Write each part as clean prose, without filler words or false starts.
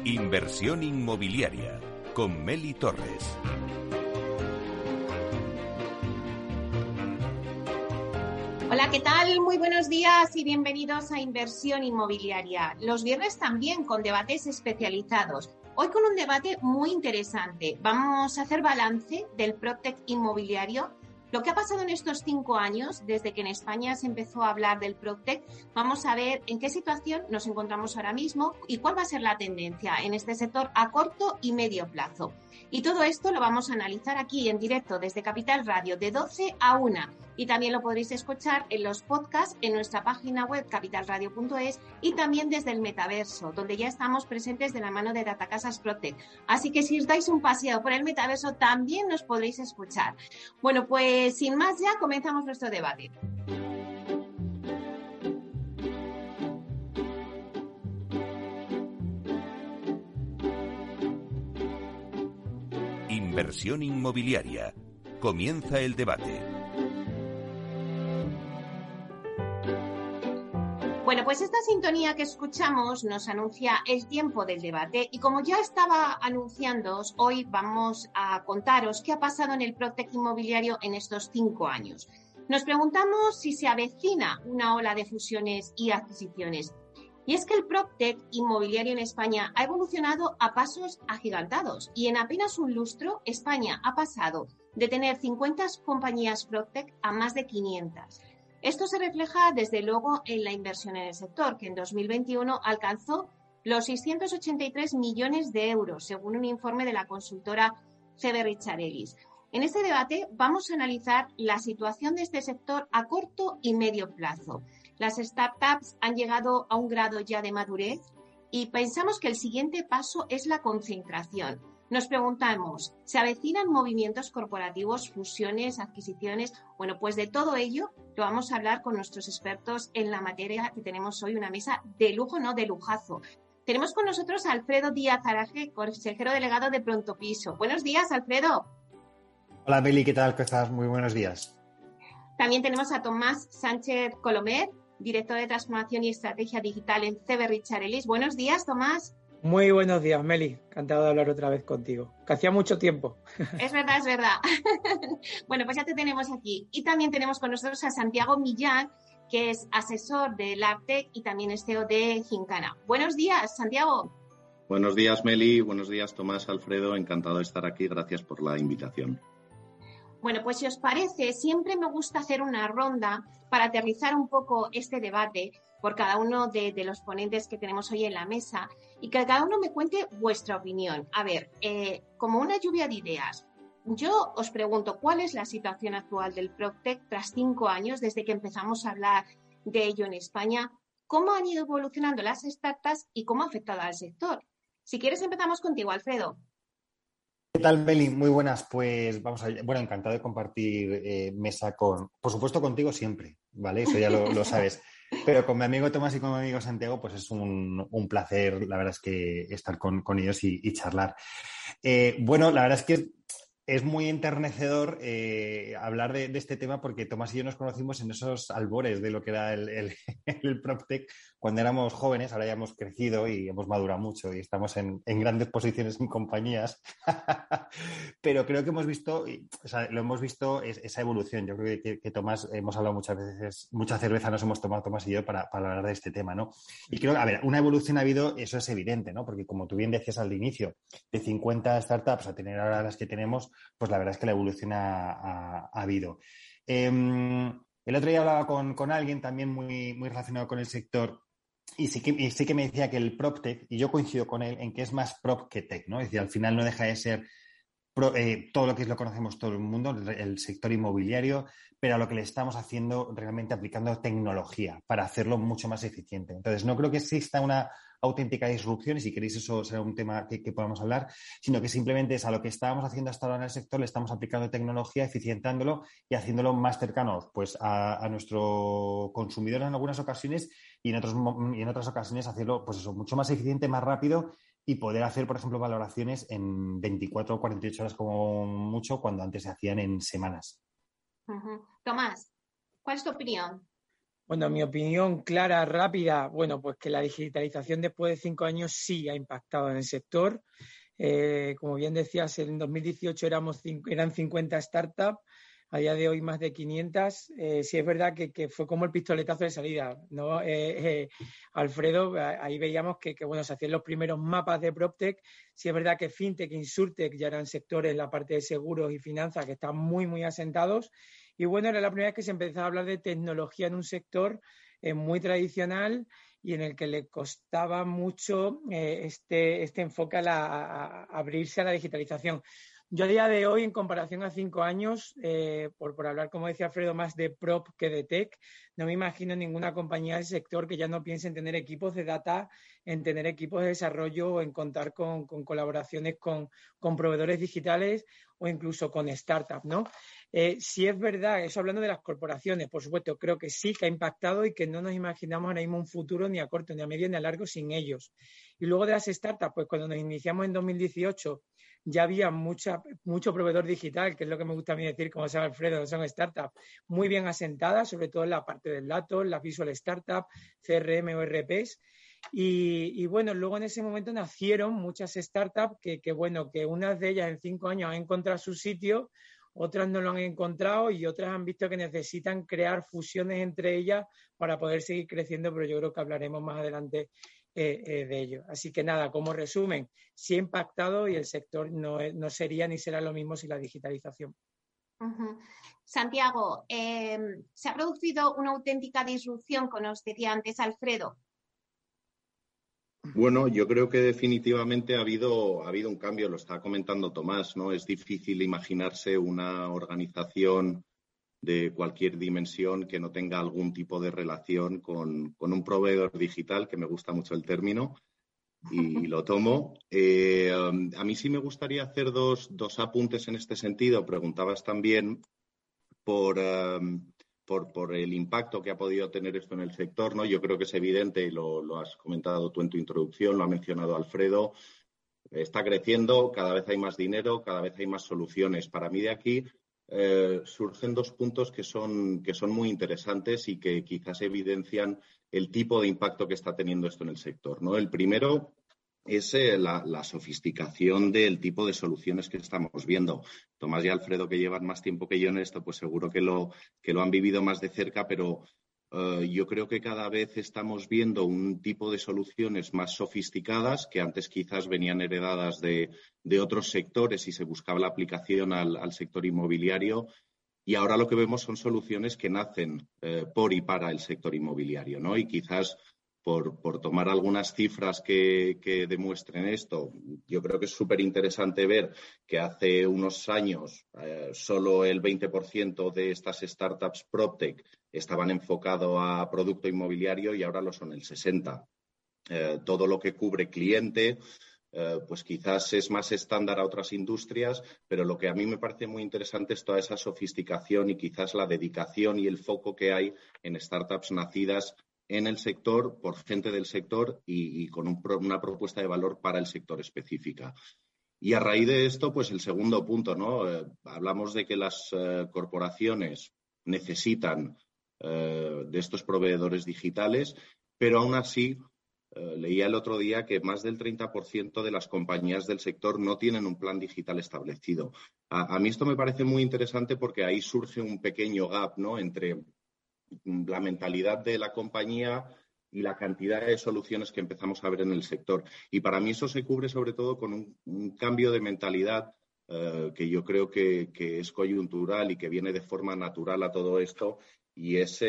Inversión inmobiliaria con Meli Torres. Hola, ¿qué tal? Muy buenos días y bienvenidos a Inversión Inmobiliaria. Los viernes también con debates especializados. Hoy con un debate muy interesante. Vamos a hacer balance del PropTech inmobiliario. Lo que ha pasado en estos 5 años, desde que en España se empezó a hablar del PropTech, vamos a ver en qué situación nos encontramos ahora mismo y cuál va a ser la tendencia en este sector a corto y medio plazo. Y todo esto lo vamos a analizar aquí en directo desde Capital Radio de 12 a 1. Y también lo podréis escuchar en los podcasts en nuestra página web capitalradio.es y también desde el metaverso, donde ya estamos presentes de la mano de Datacasas PropTech. Así que si os dais un paseo por el metaverso también nos podréis escuchar. Bueno, pues sin más ya comenzamos nuestro debate. Inversión inmobiliaria. Comienza el debate. Bueno, pues esta sintonía que escuchamos nos anuncia el tiempo del debate y como ya estaba anunciándoos, hoy vamos a contaros qué ha pasado en el PropTech inmobiliario en estos 5 años. Nos preguntamos si se avecina una ola de fusiones y adquisiciones. Y es que el PropTech inmobiliario en España ha evolucionado a pasos agigantados y en apenas un lustro España ha pasado de tener 50 compañías PropTech a más de 500. Esto se refleja desde luego en la inversión en el sector, que en 2021 alcanzó los 683 millones de euros, según un informe de la consultora CB Richard Ellis. En este debate vamos a analizar la situación de este sector a corto y medio plazo. Las startups han llegado a un grado ya de madurez y pensamos que el siguiente paso es la concentración. Nos preguntamos, ¿se avecinan movimientos corporativos, fusiones, adquisiciones? Bueno, pues de todo ello lo vamos a hablar con nuestros expertos en la materia, que tenemos hoy una mesa de lujo, no de lujazo. Tenemos con nosotros a Alfredo Díaz Araje, consejero delegado de Prontopiso. Buenos días, Alfredo. Hola, Meli, ¿qué tal? ¿Cómo estás? Muy buenos días. También tenemos a Tomás Sánchez Colomer, director de Transformación y Estrategia Digital en CB Richard Ellis. Buenos días, Tomás. Muy buenos días, Meli. Encantado de hablar otra vez contigo, que hacía mucho tiempo. Es verdad, es verdad. Bueno, pues ya te tenemos aquí. Y también tenemos con nosotros a Santiago Millán, que es asesor de LabTech y también es CEO de Gincana. Buenos días, Santiago. Buenos días, Meli. Buenos días, Tomás, Alfredo. Encantado de estar aquí. Gracias por la invitación. Bueno, pues si os parece, siempre me gusta hacer una ronda para aterrizar un poco este debate por cada uno de los ponentes que tenemos hoy en la mesa y que cada uno me cuente vuestra opinión. A ver, como una lluvia de ideas, yo os pregunto, ¿cuál es la situación actual del PropTech tras 5 años desde que empezamos a hablar de ello en España? ¿Cómo han ido evolucionando las startups y cómo ha afectado al sector? Si quieres empezamos contigo, Alfredo. ¿Qué tal, Meli? Muy buenas. Pues vamos a... Bueno, encantado de compartir mesa por supuesto, contigo siempre, ¿vale? Eso ya lo sabes. Pero con mi amigo Tomás y con mi amigo Santiago, pues es un placer, la verdad es que estar con ellos y charlar. Bueno, la verdad es que es muy enternecedor hablar de este tema porque Tomás y yo nos conocimos en esos albores de lo que era el PropTech cuando éramos jóvenes. Ahora ya hemos crecido y hemos madurado mucho y estamos en grandes posiciones en compañías. Pero creo que hemos visto, lo hemos visto esa evolución. Yo creo que Tomás, hemos hablado muchas veces, mucha cerveza nos hemos tomado Tomás y yo para hablar de este tema, ¿no? Y creo que, a ver, una evolución ha habido, eso es evidente, ¿no? Porque como tú bien decías al inicio, de 50 startups a tener ahora las que tenemos, pues la verdad es que la evolución ha habido. El otro día hablaba con alguien también muy relacionado con el sector y sí que me decía que el PropTech, y yo coincido con él, en que es más prop que tech, ¿no? Es decir, al final no deja de ser todo lo que lo conocemos todo el mundo, el sector inmobiliario, pero a lo que le estamos haciendo realmente aplicando tecnología para hacerlo mucho más eficiente. Entonces, no creo que exista una auténtica disrupción, y si queréis eso será un tema que podamos hablar, sino que simplemente es a lo que estábamos haciendo hasta ahora en el sector, le estamos aplicando tecnología, eficientándolo y haciéndolo más cercano pues, a nuestro consumidor en algunas ocasiones y en otras ocasiones hacerlo pues eso, mucho más eficiente, más rápido y poder hacer, por ejemplo, valoraciones en 24 o 48 horas como mucho, cuando antes se hacían en semanas. Uh-huh. Tomás, ¿cuál es tu opinión? Bueno, mi opinión clara, rápida, bueno, pues que la digitalización después de 5 años sí ha impactado en el sector. Como bien decías, en 2018 eran 50 startups, a día de hoy más de 500. Sí es verdad que fue como el pistoletazo de salida, ¿no? Alfredo, ahí veíamos que bueno, se hacían los primeros mapas de PropTech. Sí es verdad que FinTech, InsurTech ya eran sectores en la parte de seguros y finanzas que están muy, muy asentados. Y bueno, era la primera vez que se empezaba a hablar de tecnología en un sector muy tradicional y en el que le costaba mucho este enfoque a abrirse a la digitalización. Yo a día de hoy, en comparación a 5 años, por hablar, como decía Alfredo, más de prop que de tech, no me imagino ninguna compañía del sector que ya no piense en tener equipos de data, en tener equipos de desarrollo o en contar con colaboraciones con proveedores digitales o incluso con startups, ¿no? Sí es verdad, eso hablando de las corporaciones, por supuesto, creo que sí que ha impactado y que no nos imaginamos ahora mismo un futuro ni a corto, ni a medio, ni a largo sin ellos. Y luego de las startups, pues cuando nos iniciamos en 2018 ya había mucho proveedor digital, que es lo que me gusta a mí decir, como sabe Alfredo, son startups muy bien asentadas, sobre todo en la parte del dato, las visual startups, CRM o RPs. Y bueno, luego en ese momento nacieron muchas startups que unas de ellas en 5 años han encontrado su sitio, otras no lo han encontrado y otras han visto que necesitan crear fusiones entre ellas para poder seguir creciendo, pero yo creo que hablaremos más adelante de ello. Así que nada, como resumen, sí ha impactado y el sector no sería ni será lo mismo sin la digitalización. Uh-huh. Santiago, se ha producido una auténtica disrupción, como os decía antes Alfredo. Bueno, yo creo que definitivamente ha habido un cambio, lo estaba comentando Tomás, ¿no? Es difícil imaginarse una organización de cualquier dimensión que no tenga algún tipo de relación con un proveedor digital, que me gusta mucho el término, y lo tomo. A mí sí me gustaría hacer dos apuntes en este sentido. Preguntabas también por el impacto que ha podido tener esto en el sector, ¿no? Yo creo que es evidente, y lo has comentado tú en tu introducción, lo ha mencionado Alfredo, está creciendo, cada vez hay más dinero, cada vez hay más soluciones. Para mí de aquí surgen 2 puntos que son muy interesantes y que quizás evidencian el tipo de impacto que está teniendo esto en el sector, ¿no? El primero es la sofisticación del tipo de soluciones que estamos viendo. Tomás y Alfredo, que llevan más tiempo que yo en esto, pues seguro que lo han vivido más de cerca, pero yo creo que cada vez estamos viendo un tipo de soluciones más sofisticadas que antes quizás venían heredadas de otros sectores y se buscaba la aplicación al sector inmobiliario. Y ahora lo que vemos son soluciones que nacen por y para el sector inmobiliario, ¿no? Y quizás por tomar algunas cifras que demuestren esto, yo creo que es súper interesante ver que hace unos años solo el 20% de estas startups PropTech estaban enfocados a producto inmobiliario y ahora lo son el 60%. Todo lo que cubre cliente, pues quizás es más estándar a otras industrias, pero lo que a mí me parece muy interesante es toda esa sofisticación y quizás la dedicación y el foco que hay en startups nacidas en el sector, por gente del sector y con una propuesta de valor para el sector específica. Y a raíz de esto, pues el segundo punto, ¿no? Hablamos de que las corporaciones necesitan de estos proveedores digitales, pero aún así leía el otro día que más del 30% de las compañías del sector no tienen un plan digital establecido. A mí esto me parece muy interesante porque ahí surge un pequeño gap, ¿no? Entre la mentalidad de la compañía y la cantidad de soluciones que empezamos a ver en el sector. Y para mí eso se cubre sobre todo con un cambio de mentalidad que yo creo que es coyuntural y que viene de forma natural a todo esto, y es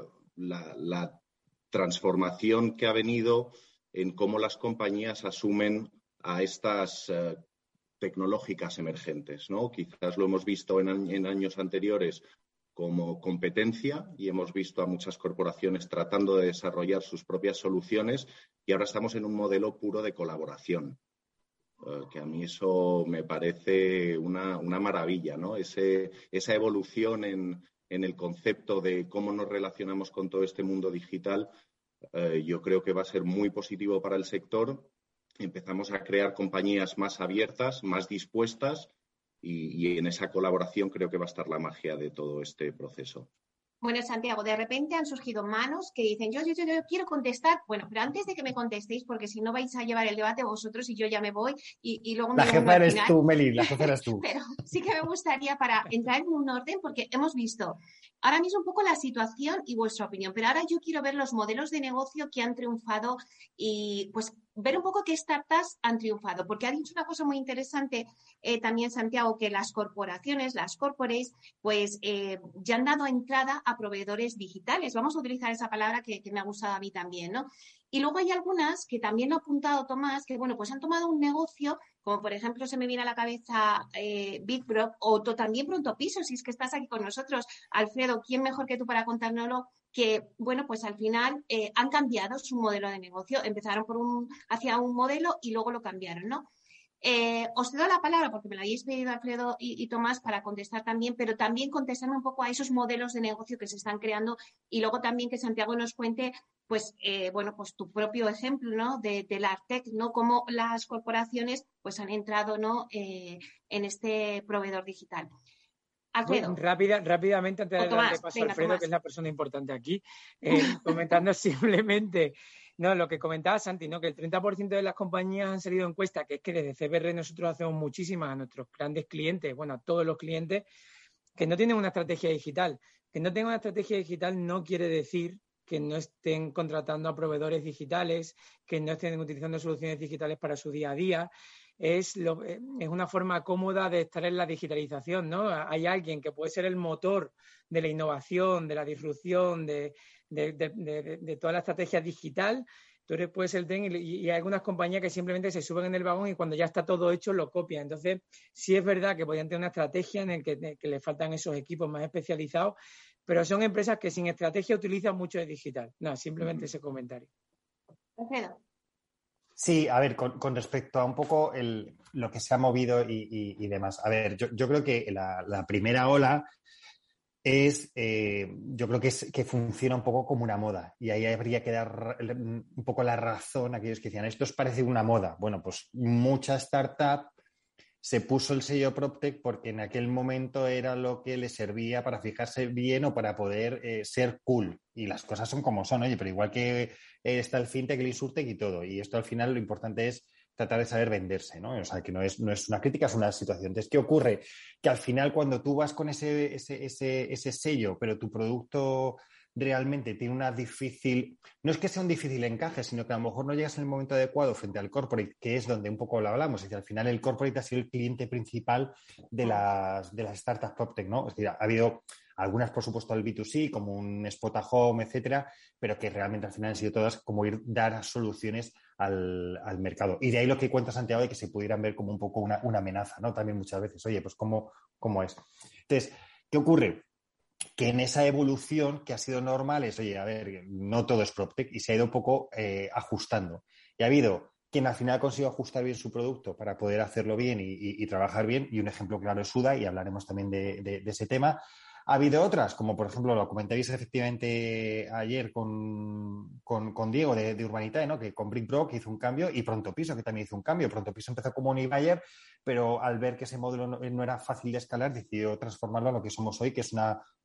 la transformación que ha venido en cómo las compañías asumen a estas tecnológicas emergentes, ¿no? Quizás lo hemos visto en años anteriores como competencia y hemos visto a muchas corporaciones tratando de desarrollar sus propias soluciones y ahora estamos en un modelo puro de colaboración, que a mí eso me parece una maravilla, ¿no? Esa evolución en el concepto de cómo nos relacionamos con todo este mundo digital, yo creo que va a ser muy positivo para el sector. Empezamos a crear compañías más abiertas, más dispuestas, y en esa colaboración creo que va a estar la magia de todo este proceso. Bueno, Santiago, de repente han surgido manos que dicen, yo quiero contestar. Bueno, pero antes de que me contestéis, porque si no vais a llevar el debate vosotros y yo ya me voy y luego La me uno jefa al eres final. tú, Meli, la jefa eres tú. Pero sí que me gustaría para entrar en un orden, porque hemos visto ahora mismo un poco la situación y vuestra opinión, pero ahora yo quiero ver los modelos de negocio que han triunfado y pues ver un poco qué startups han triunfado, porque ha dicho una cosa muy interesante también Santiago, que las corporaciones, las corporates, pues ya han dado entrada a proveedores digitales. Vamos a utilizar esa palabra que me ha gustado a mí también, ¿no? Y luego hay algunas que también lo ha apuntado Tomás, que bueno, pues han tomado un negocio, como por ejemplo se me viene a la cabeza BitBrock o también Pronto Piso, si es que estás aquí con nosotros. Alfredo, ¿quién mejor que tú para contárnoslo? Que, bueno, pues al final han cambiado su modelo de negocio. Empezaron hacia un modelo y luego lo cambiaron, ¿no? Os cedo la palabra porque me la habéis pedido Alfredo y Tomás para contestar también, pero también contestarme un poco a esos modelos de negocio que se están creando y luego también que Santiago nos cuente, pues, bueno, pues tu propio ejemplo, ¿no? De la Artec, ¿no? Cómo las corporaciones, pues, han entrado, ¿no? En este proveedor digital. Alfredo. Rápidamente, antes de darle paso a Alfredo, Tomás, que es la persona importante aquí, comentando simplemente, no, lo que comentaba Santi, ¿no? Que el 30% de las compañías han salido encuestas, que es que desde CBR nosotros hacemos muchísimas a nuestros grandes clientes, bueno, a todos los clientes, que no tienen una estrategia digital. Que no tengan una estrategia digital no quiere decir que no estén contratando a proveedores digitales, que no estén utilizando soluciones digitales para su día a día. Es una forma cómoda de estar en la digitalización, ¿no? Hay alguien que puede ser el motor de la innovación, de la disrupción, de toda la estrategia digital. Tú puedes el tren y hay algunas compañías que simplemente se suben en el vagón y cuando ya está todo hecho lo copian. Entonces, sí es verdad que podrían tener una estrategia en el que le faltan esos equipos más especializados, pero son empresas que sin estrategia utilizan mucho de digital. No, simplemente ese comentario. Alfredo. Sí, a ver, con respecto a un poco lo que se ha movido y demás. A ver, yo creo que la primera ola yo creo que funciona un poco como una moda y ahí habría que dar un poco la razón a aquellos que decían, esto os parece una moda. Bueno, pues mucha startup se puso el sello PropTech porque en aquel momento era lo que le servía para fijarse bien o para poder ser cool. Y las cosas son como son, oye, pero igual que está el fintech, el insurtech y todo. Y esto al final lo importante es tratar de saber venderse, ¿no? O sea, que no es una crítica, es una situación. Entonces, ¿qué ocurre? Que al final cuando tú vas con ese sello, pero tu producto realmente tiene una difícil, no es que sea un difícil encaje, sino que a lo mejor no llegas en el momento adecuado frente al corporate, que es donde un poco lo hablamos, es decir, al final el corporate ha sido el cliente principal de las startups PropTech, ¿no? Es decir, ha habido algunas, por supuesto, al B2C, como un Spot Home, etcétera, pero que realmente al final han sido todas como dar soluciones al mercado. Y de ahí lo que cuenta Santiago de que se pudieran ver como un poco una amenaza, ¿no? También muchas veces, oye, pues ¿cómo es? Entonces, ¿qué ocurre? Que en esa evolución que ha sido normal es, oye, a ver, no todo es PropTech y se ha ido un poco ajustando. Y ha habido quien al final ha conseguido ajustar bien su producto para poder hacerlo bien y trabajar bien. Y un ejemplo claro es Suda y hablaremos también de ese tema. Ha habido otras, como por ejemplo lo comentáis efectivamente ayer con Diego de Urbanitae, ¿no? Que con BrickBrock hizo un cambio y Pronto Piso, que también hizo un cambio. Pronto Piso empezó como Unibuyer, pero al ver que ese modelo no era fácil de escalar, decidió transformarlo a lo que somos hoy, que es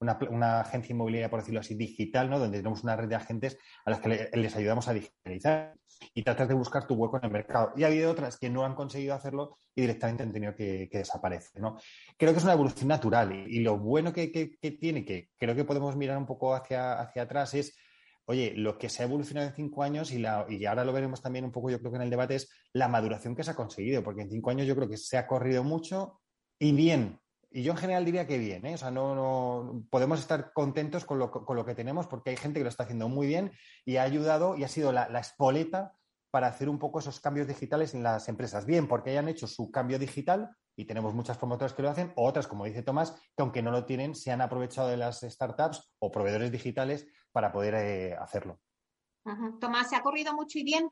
una agencia inmobiliaria, por decirlo así, digital, ¿no? Donde tenemos una red de agentes a las que les ayudamos a digitalizar y tratas de buscar tu hueco en el mercado. Y ha habido otras que no han conseguido hacerlo y directamente han tenido que desaparecer, ¿no? Creo que es una evolución natural y lo bueno que tiene, que creo que podemos mirar un poco hacia atrás, es, oye, lo que se ha evolucionado en 5 años y ahora lo veremos también un poco, yo creo que en el debate, es la maduración que se ha conseguido, porque en 5 años yo creo que se ha corrido mucho y bien. Y yo en general diría que bien, ¿eh? O sea, no podemos estar contentos con lo que tenemos porque hay gente que lo está haciendo muy bien y ha ayudado y ha sido la espoleta para hacer un poco esos cambios digitales en las empresas. Bien, porque hayan hecho su cambio digital y tenemos muchas promotoras que lo hacen, o otras, como dice Tomás, que aunque no lo tienen, se han aprovechado de las startups o proveedores digitales para poder hacerlo. Tomás, ¿se ha corrido mucho y bien?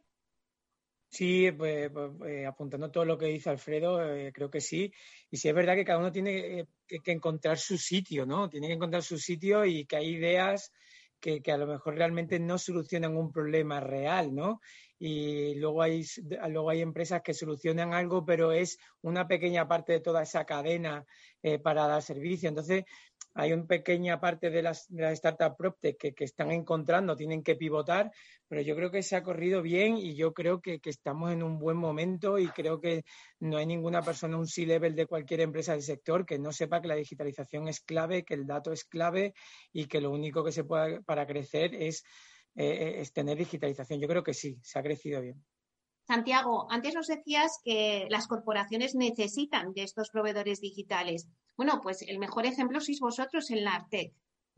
Sí, pues apuntando todo lo que dice Alfredo, creo que sí. Y sí es verdad que cada uno tiene que encontrar su sitio, ¿no? Tiene que encontrar su sitio y que hay ideas que a lo mejor realmente no solucionan un problema real, ¿no? Y luego hay empresas que solucionan algo, pero es una pequeña parte de toda esa cadena para dar servicio. Entonces, hay una pequeña parte de las startups PropTech que están encontrando, tienen que pivotar, pero yo creo que se ha corrido bien y yo creo que estamos en un buen momento y creo que no hay ninguna persona, un C-level de cualquier empresa del sector que no sepa que la digitalización es clave, que el dato es clave y que lo único que se puede para crecer es tener digitalización. Yo creo que sí, se ha crecido bien. Santiago, antes nos decías que las corporaciones necesitan de estos proveedores digitales. Bueno, pues el mejor ejemplo sois vosotros en LARTEC.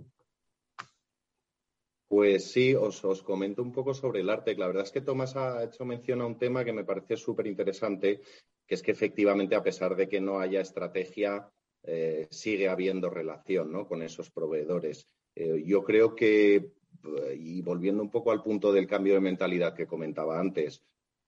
Pues sí, os comento un poco sobre el Artec. La verdad es que Tomás ha hecho mención a un tema que me parece súper interesante, que es que efectivamente, a pesar de que no haya estrategia, sigue habiendo relación, ¿no?, con esos proveedores. Yo creo que, y volviendo un poco al punto del cambio de mentalidad que comentaba antes,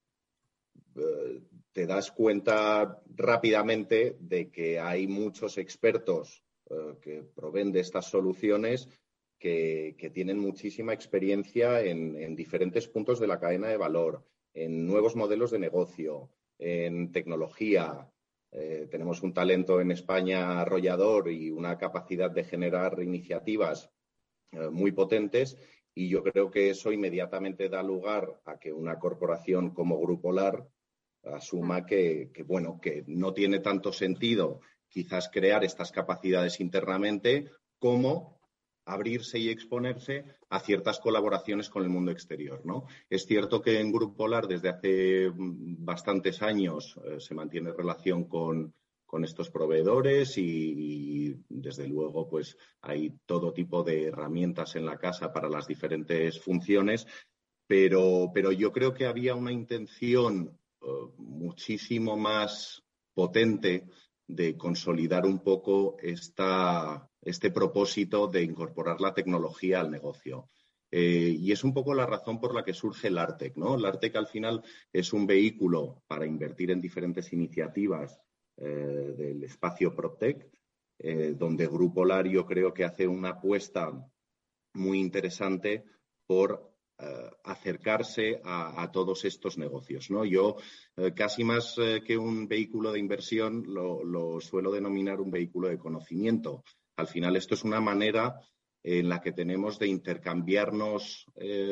te das cuenta rápidamente de que hay muchos expertos que proveen de estas soluciones que tienen muchísima experiencia en diferentes puntos de la cadena de valor, en nuevos modelos de negocio, en tecnología. Tenemos un talento en España arrollador y una capacidad de generar iniciativas muy potentes, y yo creo que eso inmediatamente da lugar a que una corporación como Grupo LAR asuma que no tiene tanto sentido quizás crear estas capacidades internamente como abrirse y exponerse a ciertas colaboraciones con el mundo exterior, ¿no? Es cierto que en Grupo LAR desde hace bastantes años se mantiene relación con estos proveedores y desde luego pues hay todo tipo de herramientas en la casa para las diferentes funciones, pero yo creo que había una intención muchísimo más potente de consolidar un poco este propósito de incorporar la tecnología al negocio. Y es un poco la razón por la que surge el Artec, ¿no? El Artec al final es un vehículo para invertir en diferentes iniciativas del espacio PropTech, donde Grupo LAR yo creo que hace una apuesta muy interesante por acercarse a todos estos negocios, ¿no? Yo casi más que un vehículo de inversión lo suelo denominar un vehículo de conocimiento. Al final esto es una manera en la que tenemos de intercambiarnos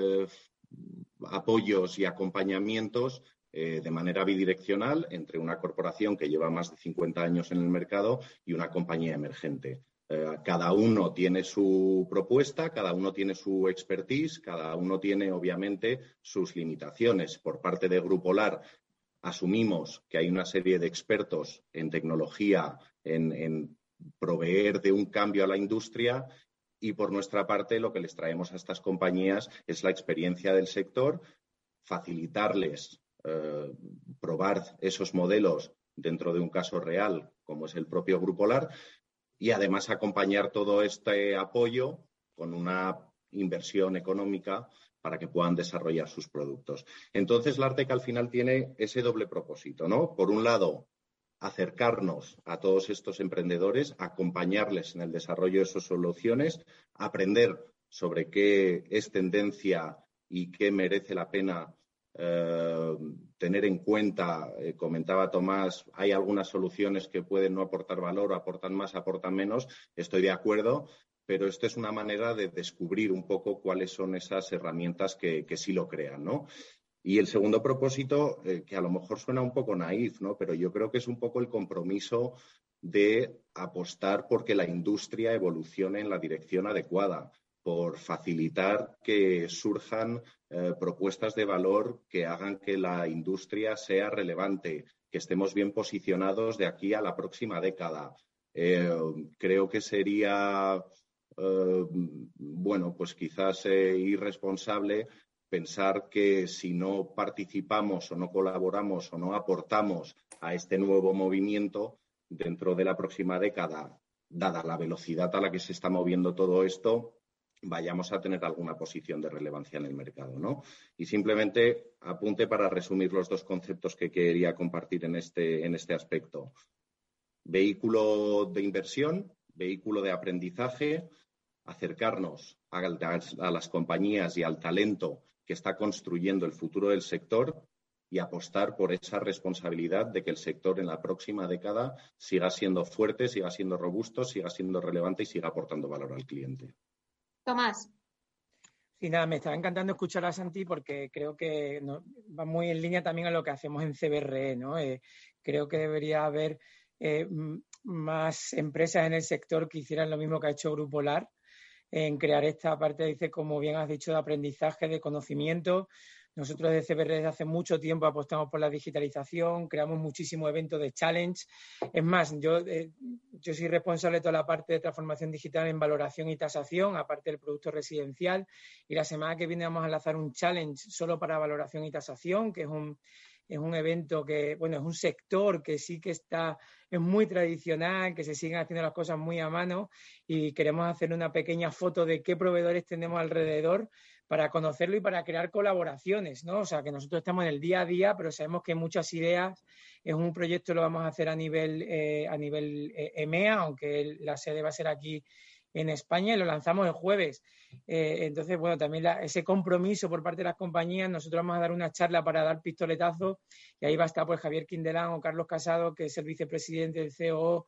apoyos y acompañamientos de manera bidireccional entre una corporación que lleva más de 50 años en el mercado y una compañía emergente. Cada uno tiene su propuesta, cada uno tiene su expertise, cada uno tiene, obviamente, sus limitaciones. Por parte de Grupo LAR, asumimos que hay una serie de expertos en tecnología, en proveer de un cambio a la industria, y por nuestra parte lo que les traemos a estas compañías es la experiencia del sector, facilitarles probar esos modelos dentro de un caso real, como es el propio Grupo LAR, y además acompañar todo este apoyo con una inversión económica para que puedan desarrollar sus productos. Entonces, la Artec al final tiene ese doble propósito, ¿no? Por un lado, acercarnos a todos estos emprendedores, acompañarles en el desarrollo de sus soluciones, aprender sobre qué es tendencia y qué merece la pena tener en cuenta. Comentaba Tomás, hay algunas soluciones que pueden no aportar valor, aportan más, aportan menos. Estoy de acuerdo, pero esto es una manera de descubrir un poco cuáles son esas herramientas que sí lo crean, ¿no? Y el segundo propósito, que a lo mejor suena un poco naif, ¿no?, pero yo creo que es un poco el compromiso de apostar porque la industria evolucione en la dirección adecuada, por facilitar que surjan propuestas de valor que hagan que la industria sea relevante, que estemos bien posicionados de aquí a la próxima década. Creo que sería, pues quizás irresponsable pensar que si no participamos o no colaboramos o no aportamos a este nuevo movimiento dentro de la próxima década, dada la velocidad a la que se está moviendo todo esto, vayamos a tener alguna posición de relevancia en el mercado, ¿no? Y simplemente apunte para resumir los dos conceptos que quería compartir en este aspecto. Vehículo de inversión, vehículo de aprendizaje, acercarnos a las compañías y al talento que está construyendo el futuro del sector y apostar por esa responsabilidad de que el sector en la próxima década siga siendo fuerte, siga siendo robusto, siga siendo relevante y siga aportando valor al cliente. Tomás. Sí, nada, me estaba encantando escuchar a Santi porque creo que va muy en línea también a lo que hacemos en CBRE, ¿no? Creo que debería haber más empresas en el sector que hicieran lo mismo que ha hecho Grupo LAR, en crear esta parte, dice, como bien has dicho, de aprendizaje, de conocimiento. Nosotros desde CBRE desde hace mucho tiempo apostamos por la digitalización, creamos muchísimos eventos de challenge. Es más, yo soy responsable de toda la parte de transformación digital en valoración y tasación, aparte del producto residencial. Y la semana que viene vamos a lanzar un challenge solo para valoración y tasación, que es un evento que, bueno, es un sector que sí que es muy tradicional, que se siguen haciendo las cosas muy a mano y queremos hacer una pequeña foto de qué proveedores tenemos alrededor para conocerlo y para crear colaboraciones, ¿no? O sea, que nosotros estamos en el día a día, pero sabemos que muchas ideas, es un proyecto lo vamos a hacer a nivel EMEA, aunque la sede va a ser aquí en España, y lo lanzamos el jueves. Entonces, bueno, también ese compromiso por parte de las compañías, nosotros vamos a dar una charla para dar pistoletazo y ahí va a estar pues Javier Quindelán o Carlos Casado, que es el vicepresidente del COO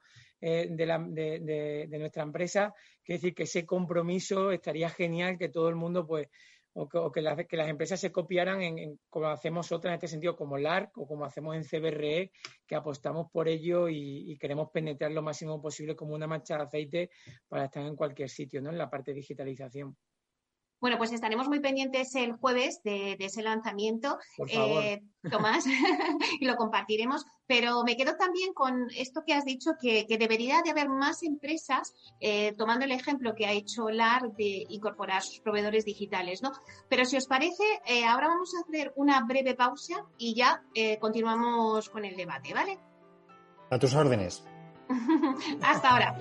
de nuestra empresa. Quiere decir que ese compromiso estaría genial que todo el mundo pues que las empresas se copiaran en como hacemos otras en este sentido, como LARC o como hacemos en CBRE, que apostamos por ello y queremos penetrar lo máximo posible como una mancha de aceite para estar en cualquier sitio, ¿no? En la parte de digitalización. Bueno, pues estaremos muy pendientes el jueves de ese lanzamiento, Por favor. Tomás, y lo compartiremos. Pero me quedo también con esto que has dicho, que debería de haber más empresas, tomando el ejemplo que ha hecho LAR de incorporar sus proveedores digitales, ¿no? Pero si os parece, ahora vamos a hacer una breve pausa y ya continuamos con el debate, ¿vale? A tus órdenes. Hasta ahora.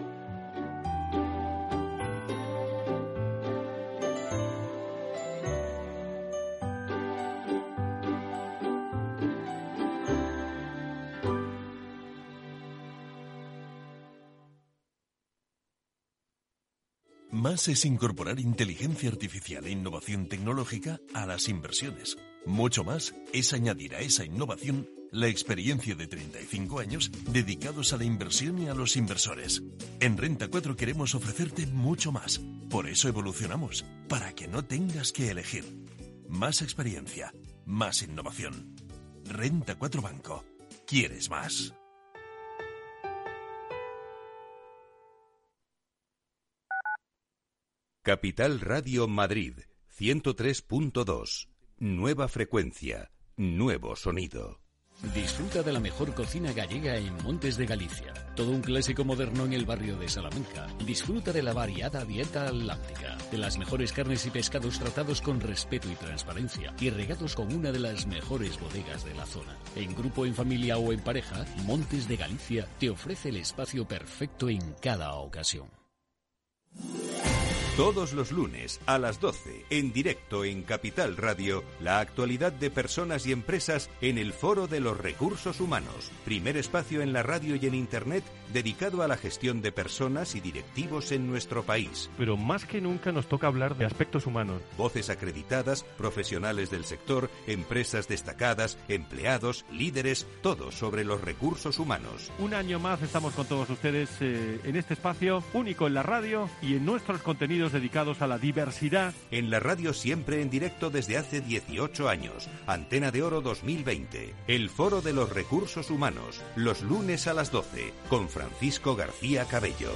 Más es incorporar inteligencia artificial e innovación tecnológica a las inversiones. Mucho más es añadir a esa innovación la experiencia de 35 años dedicados a la inversión y a los inversores. En Renta 4 queremos ofrecerte mucho más. Por eso evolucionamos, para que no tengas que elegir. Más experiencia, más innovación. Renta 4 Banco. ¿Quieres más? Capital Radio Madrid, 103.2. Nueva frecuencia, nuevo sonido. Disfruta de la mejor cocina gallega en Montes de Galicia. Todo un clásico moderno en el barrio de Salamanca. Disfruta de la variada dieta atlántica, de las mejores carnes y pescados tratados con respeto y transparencia y regados con una de las mejores bodegas de la zona. En grupo, en familia o en pareja, Montes de Galicia te ofrece el espacio perfecto en cada ocasión. Todos los lunes a las 12, en directo en Capital Radio, la actualidad de personas y empresas en el Foro de los Recursos Humanos. Primer espacio en la radio y en Internet dedicado a la gestión de personas y directivos en nuestro país. Pero más que nunca nos toca hablar de aspectos humanos. Voces acreditadas, profesionales del sector, empresas destacadas, empleados, líderes, todo sobre los recursos humanos. Un año más estamos con todos ustedes en este espacio único en la radio y en nuestros contenidos dedicados a la diversidad. En la radio siempre en directo desde hace 18 años. Antena de Oro 2020. El Foro de los Recursos Humanos. Los lunes a las 12. Con Francisco García Cabello.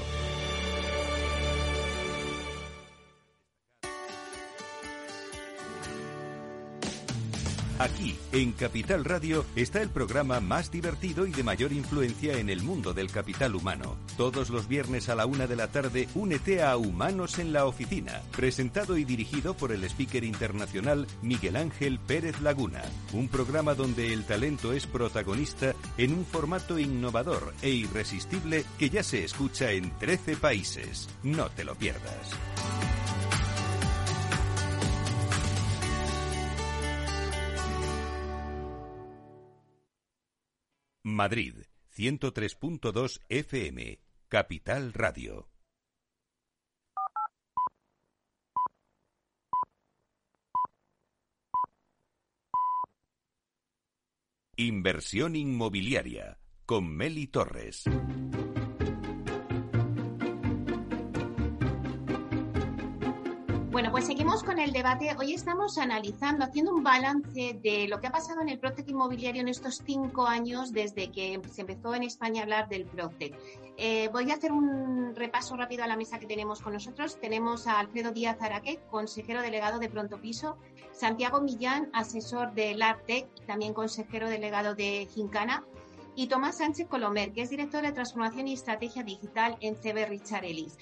Aquí, en Capital Radio, está el programa más divertido y de mayor influencia en el mundo del capital humano. Todos los viernes a la 1 de la tarde, únete a Humanos en la Oficina, presentado y dirigido por el speaker internacional Miguel Ángel Pérez Laguna. Un programa donde el talento es protagonista en un formato innovador e irresistible que ya se escucha en 13 países. No te lo pierdas. Madrid, 103.2 FM, Capital Radio. Inversión inmobiliaria con Meli Torres. Bueno, pues seguimos con el debate. Hoy estamos analizando, haciendo un balance de lo que ha pasado en el PropTech inmobiliario en estos 5 años desde que se empezó en España a hablar del PropTech. Voy a hacer un repaso rápido a la mesa que tenemos con nosotros. Tenemos a Alfredo Díaz Araque, consejero delegado de Pronto Piso, Santiago Millán, asesor de LARTEC, también consejero delegado de Gincana, y Tomás Sánchez Colomer, que es director de Transformación y Estrategia Digital en CB Richard Ellis.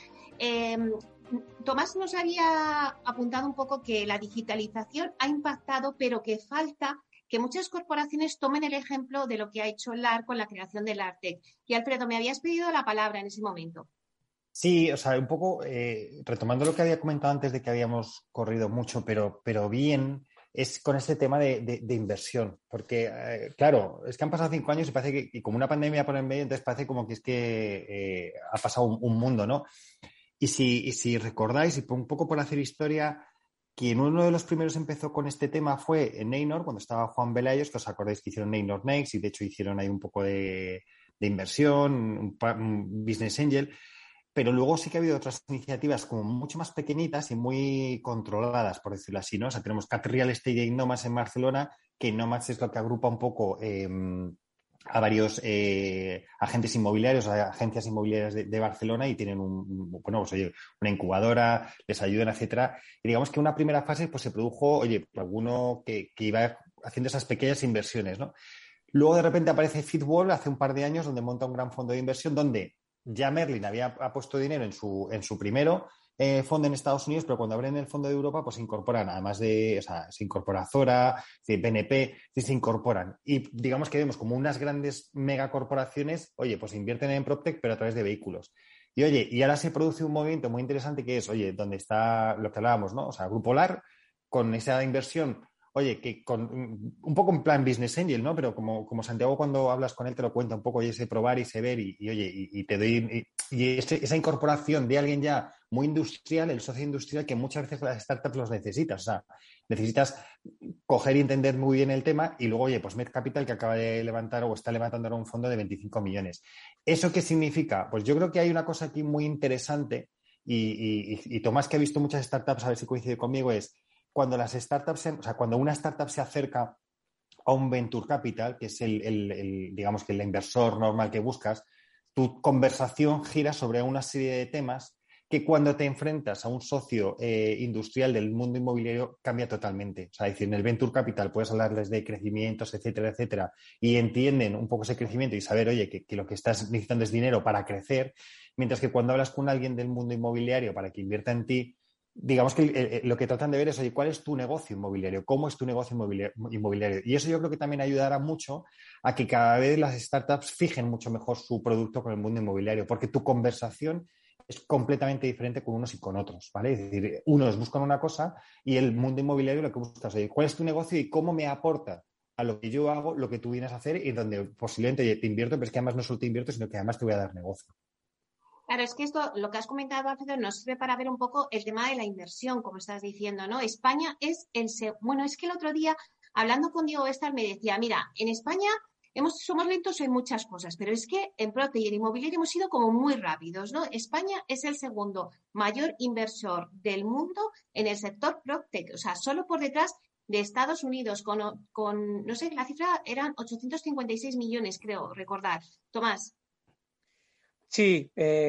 Tomás nos había apuntado un poco que la digitalización ha impactado, pero que falta que muchas corporaciones tomen el ejemplo de lo que ha hecho LAR con la creación de LARTEC. Y Alfredo, me habías pedido la palabra en ese momento. Sí, o sea, un poco retomando lo que había comentado antes de que habíamos corrido mucho, pero bien, es con este tema de inversión. Porque, claro, es que han pasado 5 años y parece que, y como una pandemia por el medio, entonces parece como que es que ha pasado un mundo, ¿no? Y si recordáis, y un poco por hacer historia, quien uno de los primeros empezó con este tema fue en Neynor, cuando estaba Juan Velayos, que os acordáis que hicieron Neynor Next, y de hecho hicieron ahí un poco de inversión, un business angel, pero luego sí que ha habido otras iniciativas como mucho más pequeñitas y muy controladas, por decirlo así, ¿no? O sea, tenemos Cat Real Estate y Nomads en Barcelona, que Nomads es lo que agrupa un poco a varios agentes inmobiliarios, a agencias inmobiliarias de Barcelona, y tienen una incubadora, les ayudan, etcétera. Y digamos que una primera fase pues se produjo, alguno que iba haciendo esas pequeñas inversiones, ¿no? Luego de repente aparece Fitwall hace un par de años, donde monta un gran fondo de inversión, donde ya Merlin ha puesto dinero en su primero fondo en Estados Unidos, pero cuando abren el fondo de Europa, pues se incorporan, además se incorpora Zora, BNP, se incorporan. Y digamos que vemos como unas grandes megacorporaciones, pues invierten en PropTech, pero a través de vehículos. Y ahora se produce un movimiento muy interesante que es, donde está lo que hablábamos, ¿no? O sea, Grupo LAR, con esa inversión, que con un poco en plan business angel, ¿no? Pero como Santiago, cuando hablas con él, te lo cuenta un poco, ese probar y ese ver, y te doy... esa incorporación de alguien ya muy industrial, el socio industrial, que muchas veces las startups los necesitas. O sea, necesitas coger y entender muy bien el tema, y luego, pues Med Capital, que acaba de levantar o está levantando ahora un fondo de 25 millones. ¿Eso qué significa? Pues yo creo que hay una cosa aquí muy interesante, y Tomás, que ha visto muchas startups, a ver si coincide conmigo, es cuando las startups, cuando una startup se acerca a un venture capital, que es digamos que el inversor normal que buscas, tu conversación gira sobre una serie de temas que cuando te enfrentas a un socio industrial del mundo inmobiliario cambia totalmente. O sea, es decir, en el venture capital puedes hablarles de crecimientos, etcétera, etcétera, y entienden un poco ese crecimiento y saber, que lo que estás necesitando es dinero para crecer, mientras que cuando hablas con alguien del mundo inmobiliario para que invierta en ti, digamos que lo que tratan de ver es, ¿cuál es tu negocio inmobiliario? ¿Cómo es tu negocio inmobiliario? Y eso yo creo que también ayudará mucho a que cada vez las startups fijen mucho mejor su producto con el mundo inmobiliario, porque tu conversación es completamente diferente con unos y con otros, ¿vale? Es decir, unos buscan una cosa y el mundo inmobiliario lo que busca es, ¿cuál es tu negocio y cómo me aporta a lo que yo hago, lo que tú vienes a hacer, y donde posiblemente te invierto, pero es que además no solo te invierto, sino que además te voy a dar negocio? Claro, es que esto, lo que has comentado, Alfredo, nos sirve para ver un poco el tema de la inversión, como estás diciendo, ¿no? España es bueno, es que el otro día, hablando con Diego Estar, me decía, mira, en España somos lentos en muchas cosas, pero es que en PropTech y en inmobiliario hemos sido como muy rápidos, ¿no? España es el segundo mayor inversor del mundo en el sector PropTech, o sea, solo por detrás de Estados Unidos, con no sé, la cifra eran 856 millones, creo, recordar. Tomás. Sí,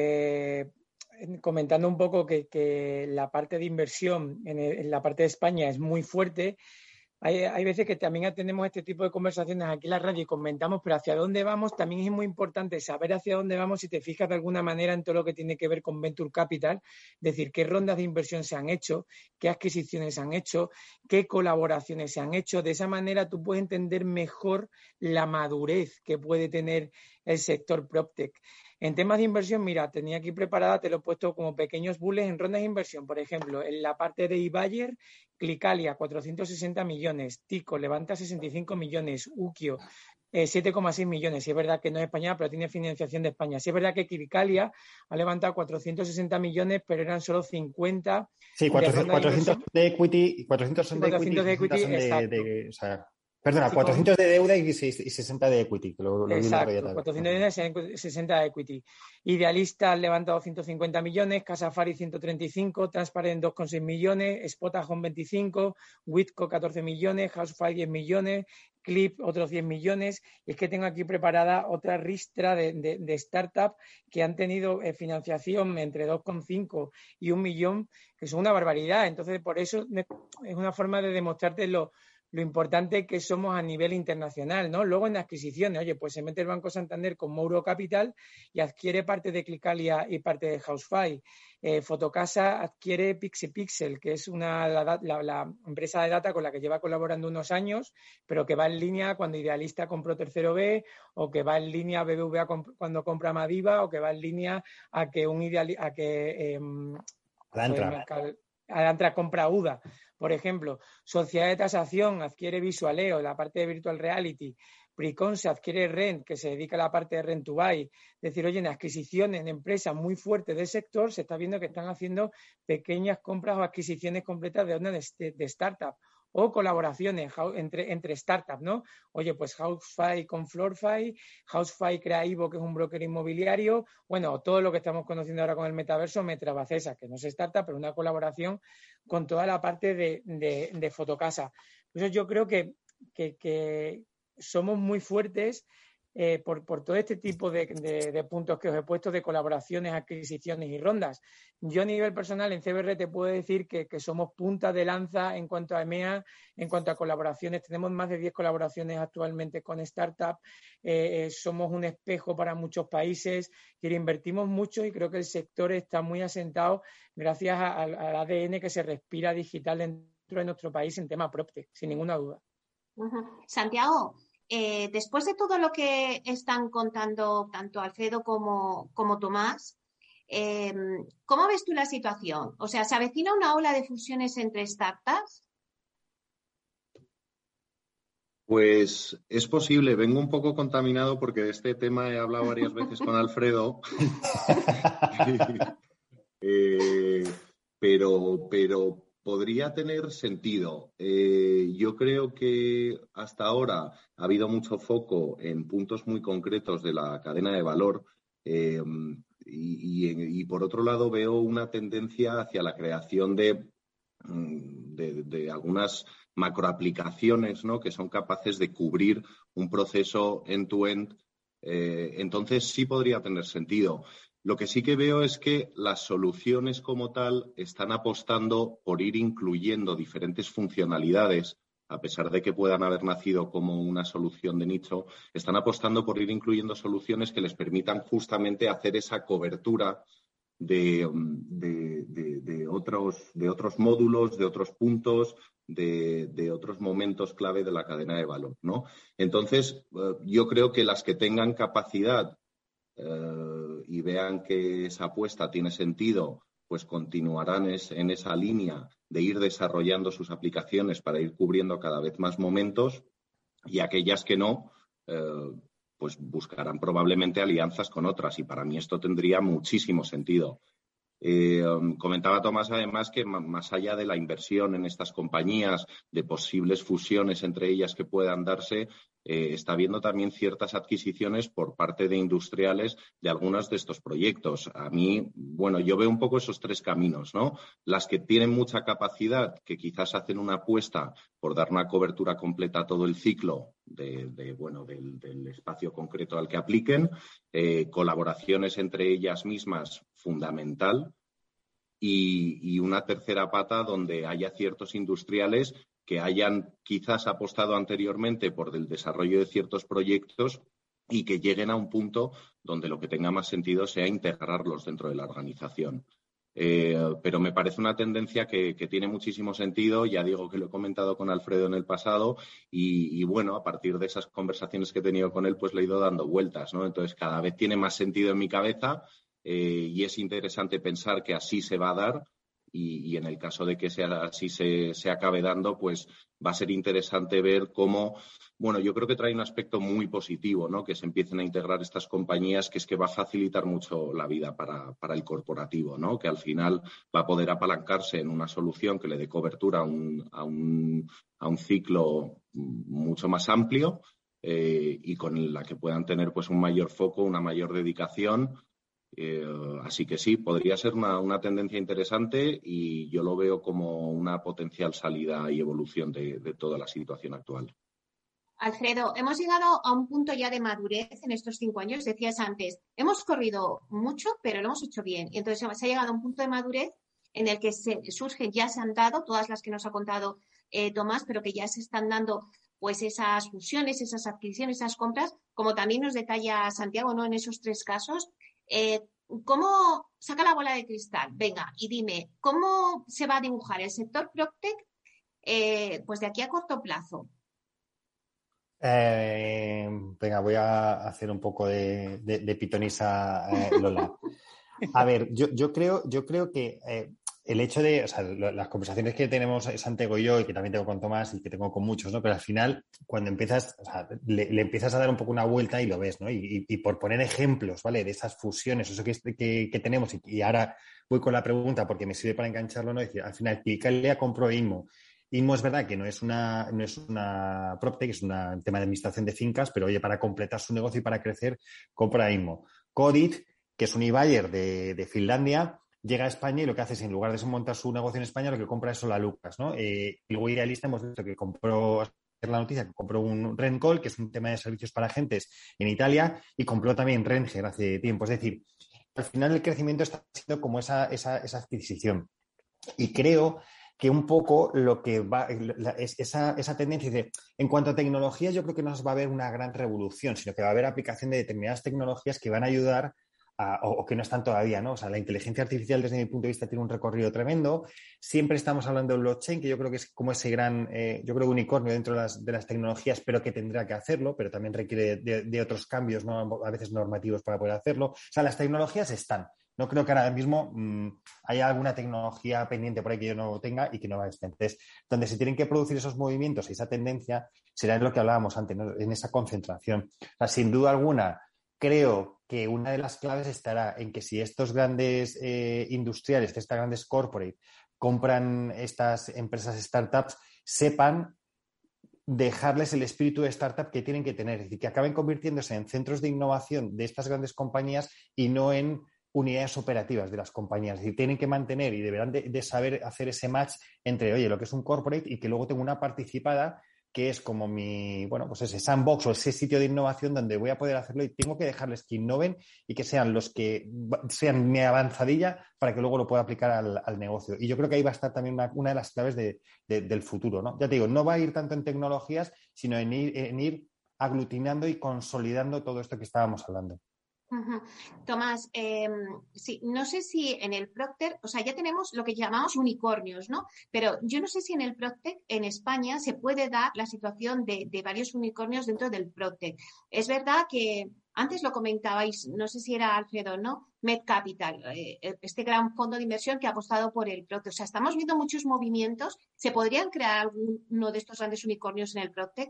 comentando un poco que la parte de inversión en la parte de España es muy fuerte. Hay veces que también atendemos este tipo de conversaciones aquí en la radio y comentamos, pero hacia dónde vamos también es muy importante saber hacia dónde vamos, si te fijas de alguna manera en todo lo que tiene que ver con Venture Capital, es decir, qué rondas de inversión se han hecho, qué adquisiciones se han hecho, qué colaboraciones se han hecho. De esa manera tú puedes entender mejor la madurez que puede tener el sector PropTech. En temas de inversión, mira, tenía aquí preparada, te lo he puesto como pequeños bullets en rondas de inversión. Por ejemplo, en la parte de iBuyer, Clicalia, 460 millones, Tico, levanta 65 millones, Ukio, 7,6 millones. Sí, es verdad que no es española, pero tiene financiación de España. Sí, es verdad que Clicalia ha levantado 460 millones, pero eran solo 50. Sí, 400 de equity y 400 de equity, exacto. Perdona, 400 de deuda y 60 de equity. Exacto, 400 de deuda y 60 de equity. Idealista ha levantado 150 millones, Casafari 135, Transparent 2,6 millones, Spotahome 25, Witco 14 millones, Housefly 10 millones, Clip otros 10 millones. Y es que tengo aquí preparada otra ristra de startups que han tenido financiación entre 2,5 y 1 millón, que son una barbaridad. Entonces, por eso es una forma de demostrarte lo importante que somos a nivel internacional, ¿no? Luego en adquisiciones, oye, pues se mete el Banco Santander con Mouro Capital y adquiere parte de Clicalia y parte de Housefly. Fotocasa adquiere Pixel, que es la empresa de data con la que lleva colaborando unos años, pero que va en línea cuando Idealista compró Tercero B, o que va en línea BBVA cuando compra Madiba, o que va en línea a que Alantra compra UDA. Por ejemplo, Sociedad de Tasación adquiere Visualeo, la parte de Virtual Reality. Preconce adquiere Rent, que se dedica a la parte de Rent to Buy. Es decir, oye, en adquisiciones en empresas muy fuertes del sector se está viendo que están haciendo pequeñas compras o adquisiciones completas de onda de startup o colaboraciones entre startups, ¿no? Oye, pues Housefly con Floorfy, Housefly crea Ivo, que es un broker inmobiliario, bueno, todo lo que estamos conociendo ahora con el metaverso, Metrabacesa, que no es startup, pero una colaboración con toda la parte de Fotocasa. Entonces yo creo que somos muy fuertes por todo este tipo de puntos que os he puesto de colaboraciones, adquisiciones y rondas. Yo a nivel personal en CBR te puedo decir que somos punta de lanza en cuanto a EMEA, en cuanto a colaboraciones. Tenemos más de 10 colaboraciones actualmente con startups. Somos un espejo para muchos países. Invertimos mucho y creo que el sector está muy asentado gracias al ADN que se respira digital dentro de nuestro país en tema PropTech, sin ninguna duda. Santiago, después de todo lo que están contando tanto Alfredo como Tomás, ¿cómo ves tú la situación? O sea, ¿se avecina una ola de fusiones entre startups? Pues es posible. Vengo un poco contaminado porque de este tema he hablado varias veces con Alfredo. Pero podría tener sentido. Yo creo que hasta ahora ha habido mucho foco en puntos muy concretos de la cadena de valor y por otro lado veo una tendencia hacia la creación de algunas macroaplicaciones, ¿no?, que son capaces de cubrir un proceso end-to-end. Entonces sí podría tener sentido. Lo que sí que veo es que las soluciones como tal están apostando por ir incluyendo diferentes funcionalidades, a pesar de que puedan haber nacido como una solución de nicho, están apostando por ir incluyendo soluciones que les permitan justamente hacer esa cobertura de otros módulos, de otros puntos, de otros momentos clave de la cadena de valor, ¿no? Entonces, yo creo que las que tengan capacidad y vean que esa apuesta tiene sentido, pues continuarán en esa línea de ir desarrollando sus aplicaciones para ir cubriendo cada vez más momentos, y aquellas que no, pues buscarán probablemente alianzas con otras, y para mí esto tendría muchísimo sentido. Comentaba Tomás además que más allá de la inversión en estas compañías, de posibles fusiones entre ellas que puedan darse, está habiendo también ciertas adquisiciones por parte de industriales de algunos de estos proyectos. A mí, bueno, yo veo un poco esos tres caminos, ¿no? Las que tienen mucha capacidad, que quizás hacen una apuesta por dar una cobertura completa a todo el ciclo del espacio concreto al que apliquen, colaboraciones entre ellas mismas fundamental, y una tercera pata donde haya ciertos industriales que hayan quizás apostado anteriormente por el desarrollo de ciertos proyectos y que lleguen a un punto donde lo que tenga más sentido sea integrarlos dentro de la organización. Pero me parece una tendencia que tiene muchísimo sentido. Ya digo que lo he comentado con Alfredo en el pasado y bueno, a partir de esas conversaciones que he tenido con él, pues le he ido dando vueltas, ¿no? Entonces cada vez tiene más sentido en mi cabeza y es interesante pensar que así se va a dar. y en el caso de que así se acabe dando, pues va a ser interesante ver cómo, bueno, yo creo que trae un aspecto muy positivo, ¿no? Que se empiecen a integrar estas compañías, que es que va a facilitar mucho la vida para el corporativo, ¿no? Que al final va a poder apalancarse en una solución que le dé cobertura a un ciclo mucho más amplio y con la que puedan tener pues un mayor foco, una mayor dedicación. Así que sí, podría ser una tendencia interesante y yo lo veo como una potencial salida y evolución de toda la situación actual. Alfredo, hemos llegado a un punto ya de madurez en estos 5 años. Decías antes, hemos corrido mucho, pero lo hemos hecho bien. Y entonces se ha llegado a un punto de madurez en el que ya se han dado todas las que nos ha contado Tomás, pero que ya se están dando pues esas fusiones, esas adquisiciones, esas compras, como también nos detalla Santiago, ¿no? En esos 3 casos. ¿Cómo saca la bola de cristal? Venga, y dime, ¿cómo se va a dibujar el sector PropTech pues de aquí a corto plazo? Venga, voy a hacer un poco de pitonisa, Lola. A ver, yo creo que el hecho de, o sea, las conversaciones que tenemos Santiago y yo, y que también tengo con Tomás y que tengo con muchos, ¿no? Pero al final, cuando empiezas, o sea, le empiezas a dar un poco una vuelta y lo ves, ¿no? Y por poner ejemplos, ¿vale? De esas fusiones, eso que tenemos, y ahora voy con la pregunta porque me sirve para engancharlo, ¿no? Es decir, al final, Clicalia compró Inmo. Inmo es verdad que no es una PropTech, es un tema de administración de fincas, pero oye, para completar su negocio y para crecer, compra Inmo. Codit, que es un e-buyer de Finlandia, llega a España y lo que hace es, en lugar de montar su negocio en España, lo que compra es Solalucas, ¿no? Y luego Idealista hemos visto que compró un Rencol, que es un tema de servicios para agentes en Italia, y compró también Renger hace tiempo. Es decir, al final el crecimiento está siendo como esa adquisición. Y creo que un poco lo que va es esa tendencia de, en cuanto a tecnologías, yo creo que no nos va a haber una gran revolución, sino que va a haber aplicación de determinadas tecnologías que van a ayudar o que no están todavía, ¿no? O sea, la inteligencia artificial, desde mi punto de vista, tiene un recorrido tremendo. Siempre estamos hablando de blockchain, que yo creo que es como ese gran, yo creo, unicornio dentro de las tecnologías, pero que tendrá que hacerlo, pero también requiere de otros cambios, ¿no? A veces normativos para poder hacerlo. O sea, las tecnologías están. No creo que ahora mismo haya alguna tecnología pendiente por ahí que yo no tenga y que no esté. Entonces, donde se tienen que producir esos movimientos y esa tendencia será en lo que hablábamos antes, ¿no? En esa concentración. O sea, sin duda alguna, creo que una de las claves estará en que si estos grandes industriales, estas grandes corporate, compran estas empresas startups, sepan dejarles el espíritu de startup que tienen que tener. Es decir, que acaben convirtiéndose en centros de innovación de estas grandes compañías y no en unidades operativas de las compañías. Es decir, tienen que mantener y deberán de saber hacer ese match entre, oye, lo que es un corporate y que luego tengo una participada que es como pues ese sandbox o ese sitio de innovación donde voy a poder hacerlo y tengo que dejarles que innoven y que sean los que sean mi avanzadilla para que luego lo pueda aplicar al negocio. Y yo creo que ahí va a estar también una de las claves del futuro, ¿no? Ya te digo, no va a ir tanto en tecnologías, sino en ir aglutinando y consolidando todo esto que estábamos hablando. Uh-huh. Tomás, sí, no sé si en el PropTech, o sea, ya tenemos lo que llamamos unicornios, ¿no? Pero yo no sé si en el PropTech en España se puede dar la situación de varios unicornios dentro del PropTech. Es verdad que antes lo comentabais, no sé si era Alfredo, ¿no? MedCapital, este gran fondo de inversión que ha apostado por el PropTech. O sea, estamos viendo muchos movimientos. ¿Se podrían crear alguno de estos grandes unicornios en el PropTech?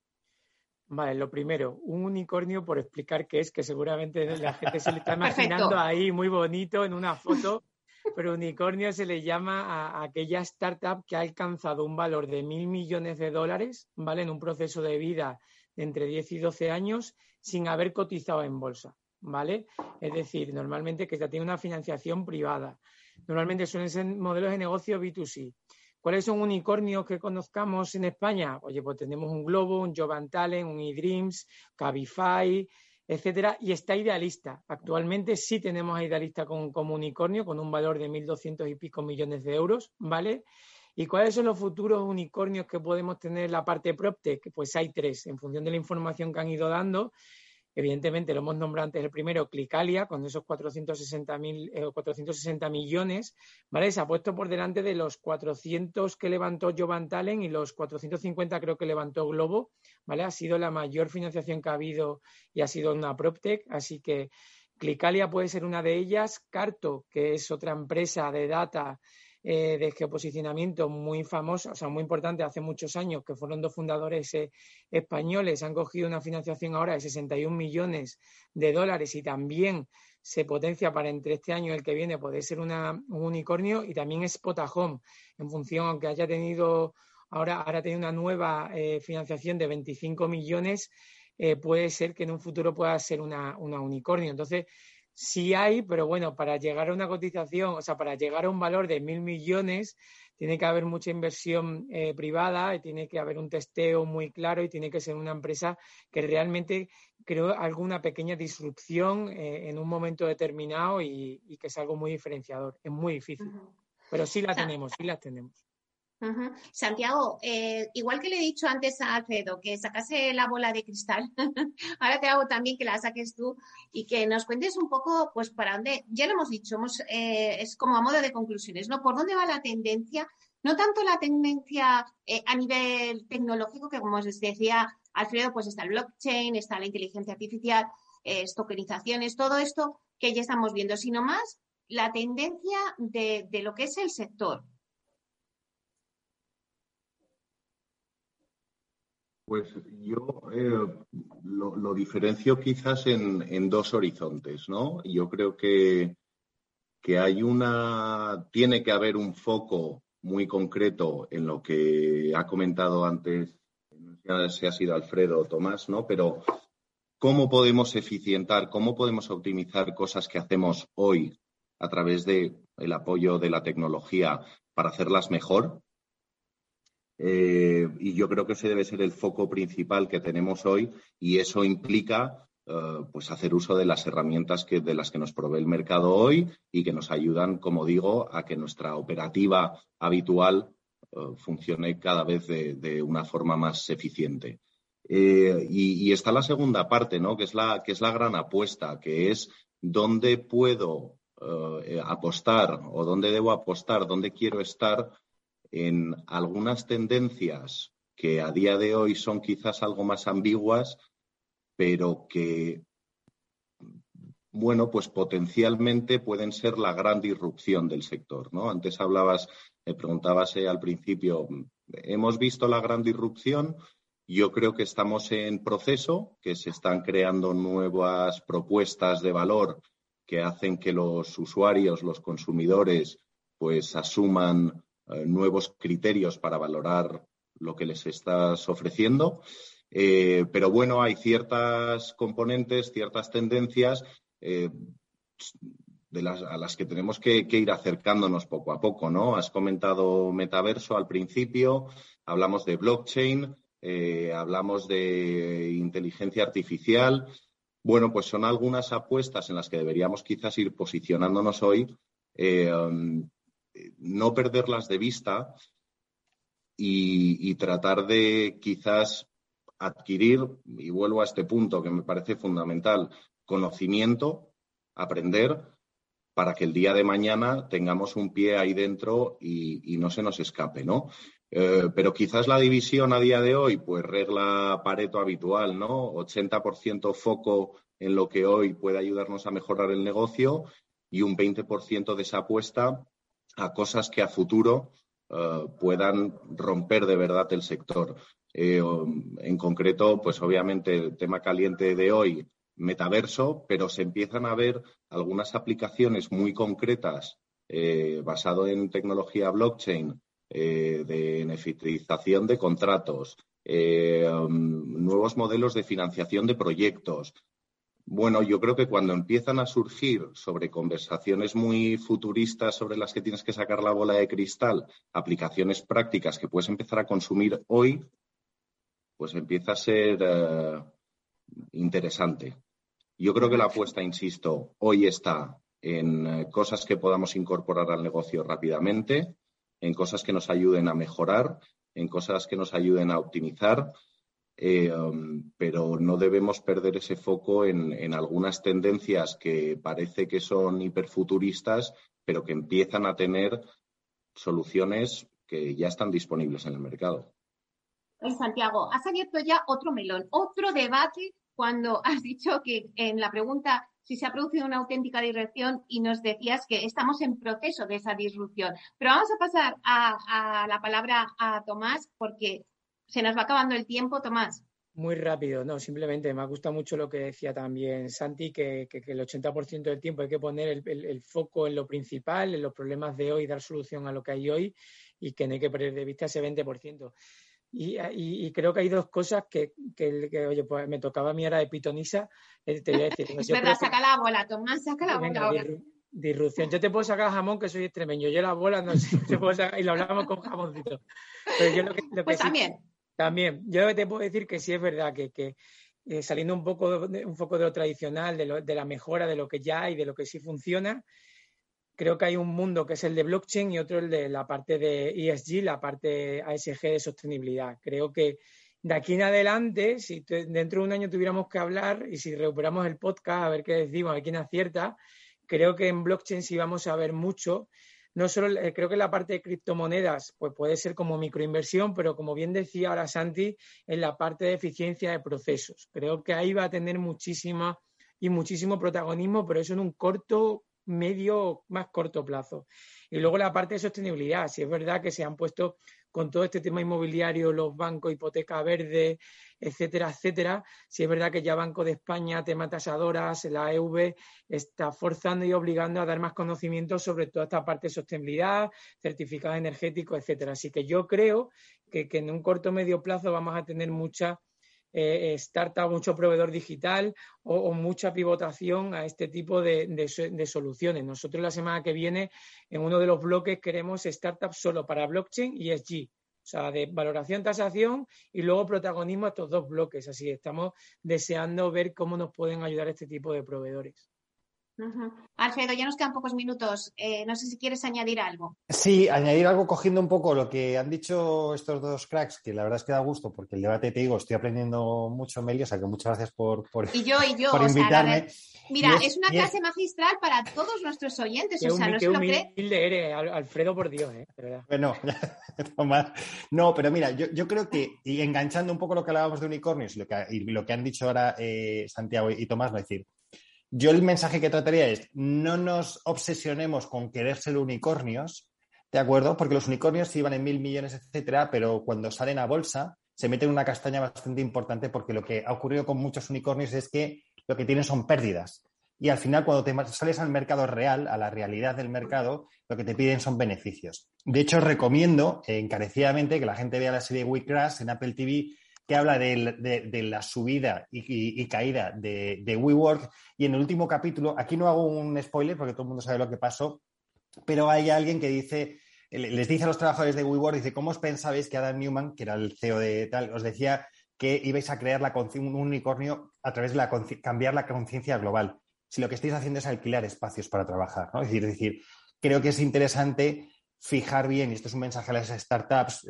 Vale, lo primero, un unicornio, por explicar qué es, que seguramente la gente se le está imaginando ahí muy bonito en una foto, pero unicornio se le llama a aquella startup que ha alcanzado un valor de $1.000 millones, ¿vale? En un proceso de vida de entre 10 y 12 años sin haber cotizado en bolsa, ¿vale? Es decir, normalmente que tiene una financiación privada. Normalmente suelen ser modelos de negocio B2C. ¿Cuáles son unicornios que conozcamos en España? Oye, pues tenemos un Globo, un Jovan Talent, un eDreams, Cabify, etcétera, y está Idealista. Actualmente sí tenemos a Idealista como unicornio, con un valor de 1.200 y pico millones de euros, ¿vale? ¿Y cuáles son los futuros unicornios que podemos tener en la parte PropTech? Pues hay 3, en función de la información que han ido dando. Evidentemente, lo hemos nombrado antes, el primero, Clicalia, con esos 460 millones, ¿vale? Se ha puesto por delante de los 400 que levantó Jovan Talent y los 450 creo que levantó Globo, ¿vale? Ha sido la mayor financiación que ha habido y ha sido una PropTech, así que Clicalia puede ser una de ellas. Carto, que es otra empresa de data de geoposicionamiento muy famosa, o sea, muy importante hace muchos años, que fueron 2 fundadores españoles, han cogido una financiación ahora de 61 millones de dólares y también se potencia para entre este año y el que viene poder ser un unicornio, y también es Spotahome, en función, aunque haya tenido ahora tiene una nueva financiación de 25 millones, puede ser que en un futuro pueda ser una unicornio. Entonces, sí hay, pero bueno, para llegar a una cotización, o sea, para llegar a un valor de 1.000 millones, tiene que haber mucha inversión privada y tiene que haber un testeo muy claro y tiene que ser una empresa que realmente cree alguna pequeña disrupción en un momento determinado y que es algo muy diferenciador. Es muy difícil, pero sí las tenemos. Uh-huh. Santiago, igual que le he dicho antes a Alfredo que sacase la bola de cristal, ahora te hago también que la saques tú y que nos cuentes un poco, pues para dónde, ya lo hemos dicho, es como a modo de conclusiones, ¿no? ¿Por dónde va la tendencia? No tanto la tendencia a nivel tecnológico, que como os decía Alfredo, pues está el blockchain, está la inteligencia artificial, tokenizaciones, todo esto que ya estamos viendo, sino más la tendencia de lo que es el sector. Pues yo lo diferencio quizás en 2 horizontes, ¿no? Yo creo que tiene que haber un foco muy concreto en lo que ha comentado antes, no sé si ha sido Alfredo o Tomás, ¿no? Pero ¿cómo podemos eficientar, cómo podemos optimizar cosas que hacemos hoy a través del apoyo de la tecnología para hacerlas mejor? Y yo creo que ese debe ser el foco principal que tenemos hoy, y eso implica pues hacer uso de las herramientas de las que nos provee el mercado hoy y que nos ayudan, como digo, a que nuestra operativa habitual funcione cada vez de una forma más eficiente. Y está la segunda parte, ¿no? que es la gran apuesta, que es dónde puedo apostar o dónde debo apostar, dónde quiero estar en algunas tendencias que a día de hoy son quizás algo más ambiguas, pero que, bueno, pues potencialmente pueden ser la gran disrupción del sector, ¿no? Antes me preguntabas al principio, ¿hemos visto la gran disrupción? Yo creo que estamos en proceso, que se están creando nuevas propuestas de valor que hacen que los usuarios, los consumidores, pues asuman nuevos criterios para valorar lo que les estás ofreciendo. Pero bueno, hay ciertas componentes, ciertas tendencias a las que tenemos que ir acercándonos poco a poco, ¿no? Has comentado metaverso al principio, hablamos de blockchain, hablamos de inteligencia artificial. Bueno, pues son algunas apuestas en las que deberíamos quizás ir posicionándonos hoy, no perderlas de vista y tratar de quizás adquirir, y vuelvo a este punto que me parece fundamental, conocimiento, aprender, para que el día de mañana tengamos un pie ahí dentro y no se nos escape, ¿no? Pero quizás la división a día de hoy, pues regla Pareto habitual, ¿no? 80% foco en lo que hoy puede ayudarnos a mejorar el negocio y un 20% de esa apuesta a cosas que a futuro puedan romper de verdad el sector. En concreto, pues obviamente el tema caliente de hoy, metaverso, pero se empiezan a ver algunas aplicaciones muy concretas basado en tecnología blockchain, de NFTización de contratos, nuevos modelos de financiación de proyectos. Bueno, yo creo que cuando empiezan a surgir sobre conversaciones muy futuristas sobre las que tienes que sacar la bola de cristal, aplicaciones prácticas que puedes empezar a consumir hoy, pues empieza a ser interesante. Yo creo que la apuesta, insisto, hoy está en cosas que podamos incorporar al negocio rápidamente, en cosas que nos ayuden a mejorar, en cosas que nos ayuden a optimizar, pero no debemos perder ese foco en algunas tendencias que parece que son hiperfuturistas, pero que empiezan a tener soluciones que ya están disponibles en el mercado. Santiago, has abierto ya otro melón, otro debate cuando has dicho que en la pregunta si se ha producido una auténtica disrupción y nos decías que estamos en proceso de esa disrupción. Pero vamos a pasar a la palabra a Tomás porque se nos va acabando el tiempo, Tomás. Muy rápido, no, simplemente me ha gustado mucho lo que decía también Santi, que el 80% del tiempo hay que poner el foco en lo principal, en los problemas de hoy, dar solución a lo que hay hoy y que no hay que perder de vista ese 20%. Y creo que hay dos cosas que oye, pues me tocaba a mí ahora de pitonisa, te voy a decir. Es verdad, saca la bola, Tomás, saca la bola ahora. Disrupción. Yo te puedo sacar jamón, que soy extremeño. Yo la bola no sé, te puedo sacar, y lo hablamos con jamoncito. Pero yo lo que sí, también, yo te puedo decir que sí es verdad que saliendo un poco de lo tradicional, de la mejora de lo que ya hay, de lo que sí funciona, creo que hay un mundo que es el de blockchain y otro el de la parte de ESG, la parte ASG de sostenibilidad. Creo que de aquí en adelante, si dentro de un año tuviéramos que hablar y si recuperamos el podcast, a ver qué decimos, a ver quién acierta, creo que en blockchain sí vamos a ver mucho. No solo, creo que la parte de criptomonedas pues puede ser como microinversión, pero como bien decía ahora Santi, en la parte de eficiencia de procesos. Creo que ahí va a tener muchísimo protagonismo, pero eso en un medio, más corto plazo. Y luego la parte de sostenibilidad. Si es verdad que se han puesto con todo este tema inmobiliario, los bancos, hipoteca verde, etcétera, etcétera. Si es verdad que ya Banco de España, tema tasadoras, la EV está forzando y obligando a dar más conocimiento sobre toda esta parte de sostenibilidad, certificados energéticos, etcétera. Así que yo creo que en un corto o medio plazo vamos a tener mucha startup, mucho proveedor digital o mucha pivotación a este tipo de soluciones. Nosotros la semana que viene en uno de los bloques queremos startups solo para blockchain y ESG, o sea, de valoración, tasación y luego protagonismo a estos dos bloques. Así que estamos deseando ver cómo nos pueden ayudar este tipo de proveedores. Uh-huh. Alfredo, ya nos quedan pocos minutos. No sé si quieres añadir algo. Sí, añadir algo cogiendo un poco lo que han dicho estos dos cracks, que la verdad es que da gusto, porque el debate, te digo, estoy aprendiendo mucho, Meli, o sea que muchas gracias por invitarme. Mira, es una clase magistral para todos nuestros oyentes. O sea, no se lo cree. Humilde eres, Alfredo, por Dios, de verdad. Bueno, Tomás. No, pero mira, yo creo que, y enganchando un poco lo que hablábamos de unicornios y lo que han dicho ahora Santiago y Tomás, va a decir. Yo el mensaje que trataría es no nos obsesionemos con querer ser unicornios, ¿de acuerdo? Porque los unicornios sí van en 1.000 millones, etcétera, pero cuando salen a bolsa se meten en una castaña bastante importante porque lo que ha ocurrido con muchos unicornios es que lo que tienen son pérdidas. Y al final, cuando te sales al mercado real, a la realidad del mercado, lo que te piden son beneficios. De hecho, os recomiendo encarecidamente que la gente vea la serie We Crash en Apple TV, que habla de la subida y caída de WeWork. Y en el último capítulo, aquí no hago un spoiler porque todo el mundo sabe lo que pasó, pero hay alguien que les dice a los trabajadores de WeWork, dice, ¿cómo os pensabais que Adam Newman, que era el CEO de tal, os decía que ibais a crear un unicornio a través de cambiar la conciencia global? Si lo que estáis haciendo es alquilar espacios para trabajar, ¿no? Es decir, creo que es interesante fijar bien, y esto es un mensaje a las startups,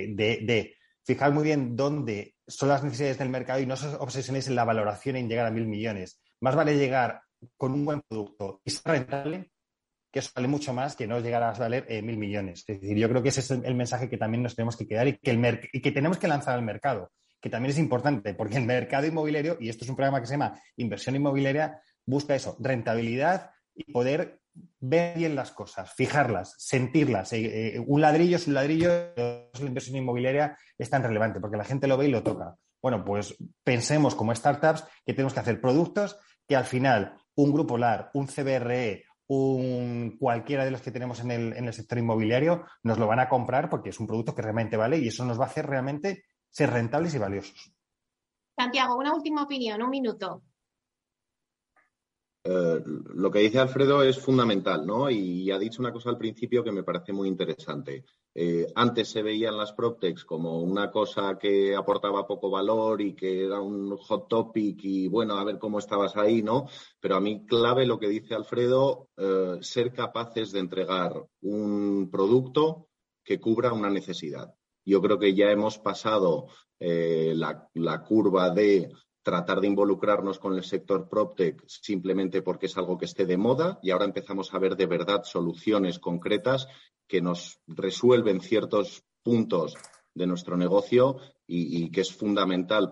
fijar muy bien dónde son las necesidades del mercado y no os obsesionéis en la valoración en llegar a 1.000 millones. Más vale llegar con un buen producto y ser rentable, que eso vale mucho más que no llegar a valer 1.000 millones. Es decir, yo creo que ese es el mensaje que también nos tenemos que quedar y que tenemos que lanzar al mercado, que también es importante, porque el mercado inmobiliario, y esto es un programa que se llama Inversión Inmobiliaria, busca eso, rentabilidad y poder ver bien las cosas, fijarlas, sentirlas. Un ladrillo es un ladrillo, la inversión inmobiliaria es tan relevante porque la gente lo ve y lo toca. Bueno, pues pensemos como startups que tenemos que hacer productos que al final un Grupo LAR, un CBRE, cualquiera de los que tenemos en el sector inmobiliario nos lo van a comprar porque es un producto que realmente vale y eso nos va a hacer realmente ser rentables y valiosos. Santiago, una última opinión, un minuto. Lo que dice Alfredo es fundamental, ¿no? Y ha dicho una cosa al principio que me parece muy interesante. Antes se veían las PropTechs como una cosa que aportaba poco valor y que era un hot topic y, bueno, a ver cómo estabas ahí, ¿no? Pero a mí clave lo que dice Alfredo, ser capaces de entregar un producto que cubra una necesidad. Yo creo que ya hemos pasado la curva de tratar de involucrarnos con el sector PropTech simplemente porque es algo que esté de moda y ahora empezamos a ver de verdad soluciones concretas que nos resuelven ciertos puntos de nuestro negocio y que es fundamental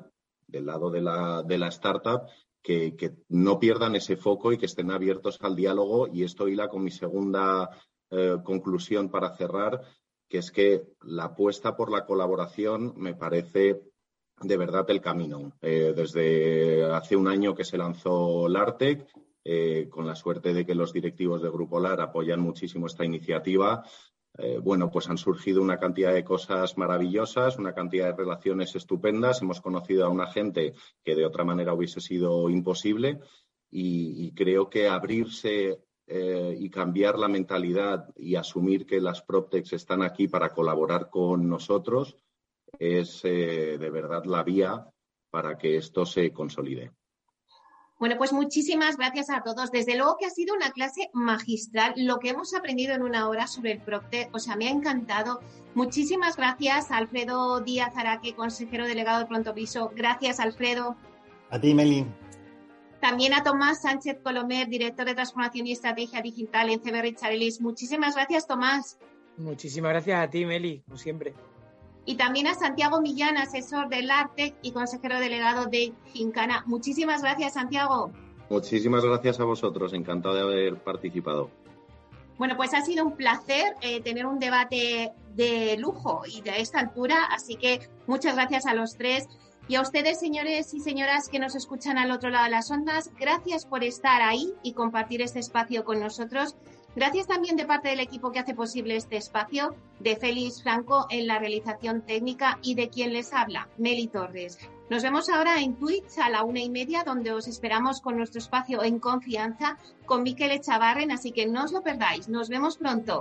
del lado de la startup, que no pierdan ese foco y que estén abiertos al diálogo. Y esto hila con mi segunda conclusión para cerrar, que es que la apuesta por la colaboración me parece de verdad el camino. Desde hace un año que se lanzó LARTEC, con la suerte de que los directivos de Grupo LAR apoyan muchísimo esta iniciativa, pues han surgido una cantidad de cosas maravillosas, una cantidad de relaciones estupendas. Hemos conocido a una gente que de otra manera hubiese sido imposible y creo que abrirse y cambiar la mentalidad y asumir que las PropTechs están aquí para colaborar con nosotros es de verdad la vía para que esto se consolide. Bueno, pues muchísimas gracias a todos. Desde luego que ha sido una clase magistral. Lo que hemos aprendido en una hora sobre el PropTech, me ha encantado. Muchísimas gracias a Alfredo Díaz Araque, consejero delegado de Pronto Piso. Gracias, Alfredo. A ti, Meli. También a Tomás Sánchez Colomer, director de Transformación y Estrategia Digital en CB Richard Ellis. Muchísimas gracias, Tomás. Muchísimas gracias a ti, Meli, como siempre. Y también a Santiago Millán, asesor de LARTEC y consejero delegado de Gincana. Muchísimas gracias, Santiago. Muchísimas gracias a vosotros, encantado de haber participado. Bueno, pues ha sido un placer tener un debate de lujo y de esta altura, así que muchas gracias a los tres. Y a ustedes, señores y señoras que nos escuchan al otro lado de las ondas, gracias por estar ahí y compartir este espacio con nosotros. Gracias también de parte del equipo que hace posible este espacio, de Félix Franco en la realización técnica y de quien les habla, Meli Torres. Nos vemos ahora en Twitch a la 1:30, donde os esperamos con nuestro espacio En Confianza con Miquel Echavarren, así que no os lo perdáis. Nos vemos pronto.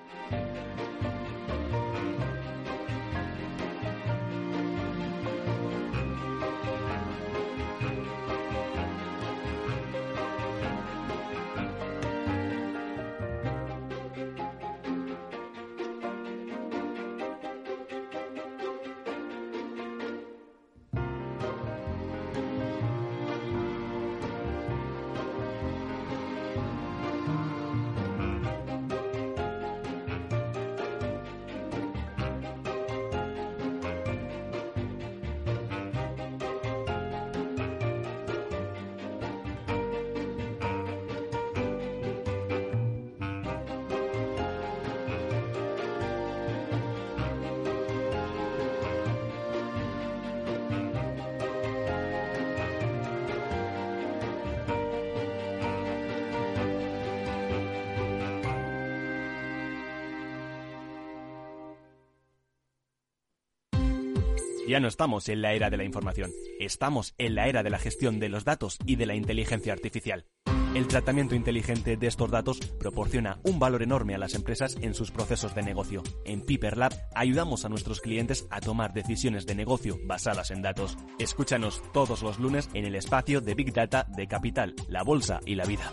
Ya no estamos en la era de la información, estamos en la era de la gestión de los datos y de la inteligencia artificial. El tratamiento inteligente de estos datos proporciona un valor enorme a las empresas en sus procesos de negocio. En Piper Lab ayudamos a nuestros clientes a tomar decisiones de negocio basadas en datos. Escúchanos todos los lunes en el espacio de Big Data de Capital, la Bolsa y la Vida.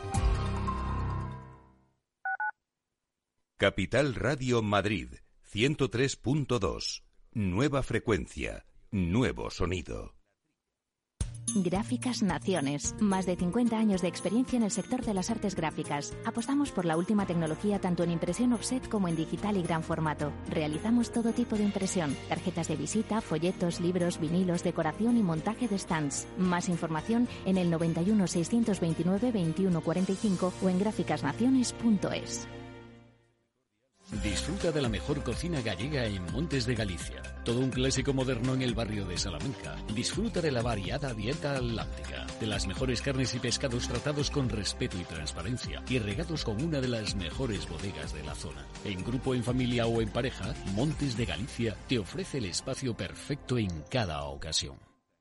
Capital Radio Madrid, 103.2. Nueva frecuencia, nuevo sonido. Gráficas Naciones. Más de 50 años de experiencia en el sector de las artes gráficas. Apostamos por la última tecnología tanto en impresión offset como en digital y gran formato. Realizamos todo tipo de impresión. Tarjetas de visita, folletos, libros, vinilos, decoración y montaje de stands. Más información en el 91 629 21 45 o en gráficasnaciones.es. Disfruta de la mejor cocina gallega en Montes de Galicia. Todo un clásico moderno en el barrio de Salamanca. Disfruta de la variada dieta atlántica, de las mejores carnes y pescados tratados con respeto y transparencia y regados con una de las mejores bodegas de la zona. En grupo, en familia o en pareja, Montes de Galicia te ofrece el espacio perfecto en cada ocasión.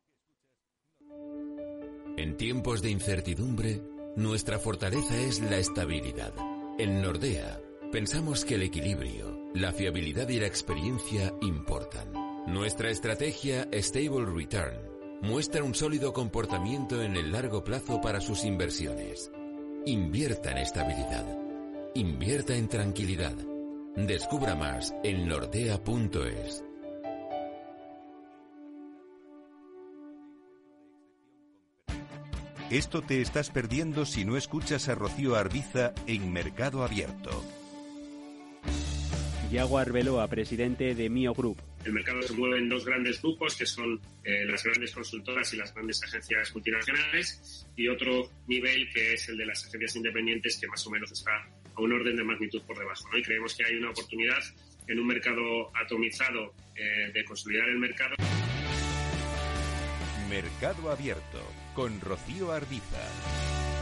En tiempos de incertidumbre, nuestra fortaleza es la estabilidad. En Nordea, pensamos que el equilibrio, la fiabilidad y la experiencia importan. Nuestra estrategia Stable Return muestra un sólido comportamiento en el largo plazo para sus inversiones. Invierta en estabilidad. Invierta en tranquilidad. Descubra más en nordea.es. Esto te estás perdiendo si no escuchas a Rocío Arbiza en Mercado Abierto. Yago Arbeloa, presidente de Mio Group. El mercado se mueve en dos grandes grupos, que son las grandes consultoras y las grandes agencias multinacionales, y otro nivel que es el de las agencias independientes, que más o menos está a un orden de magnitud por debajo, ¿no? Y creemos que hay una oportunidad en un mercado atomizado de consolidar el mercado. Mercado Abierto, con Rocío Arbiza.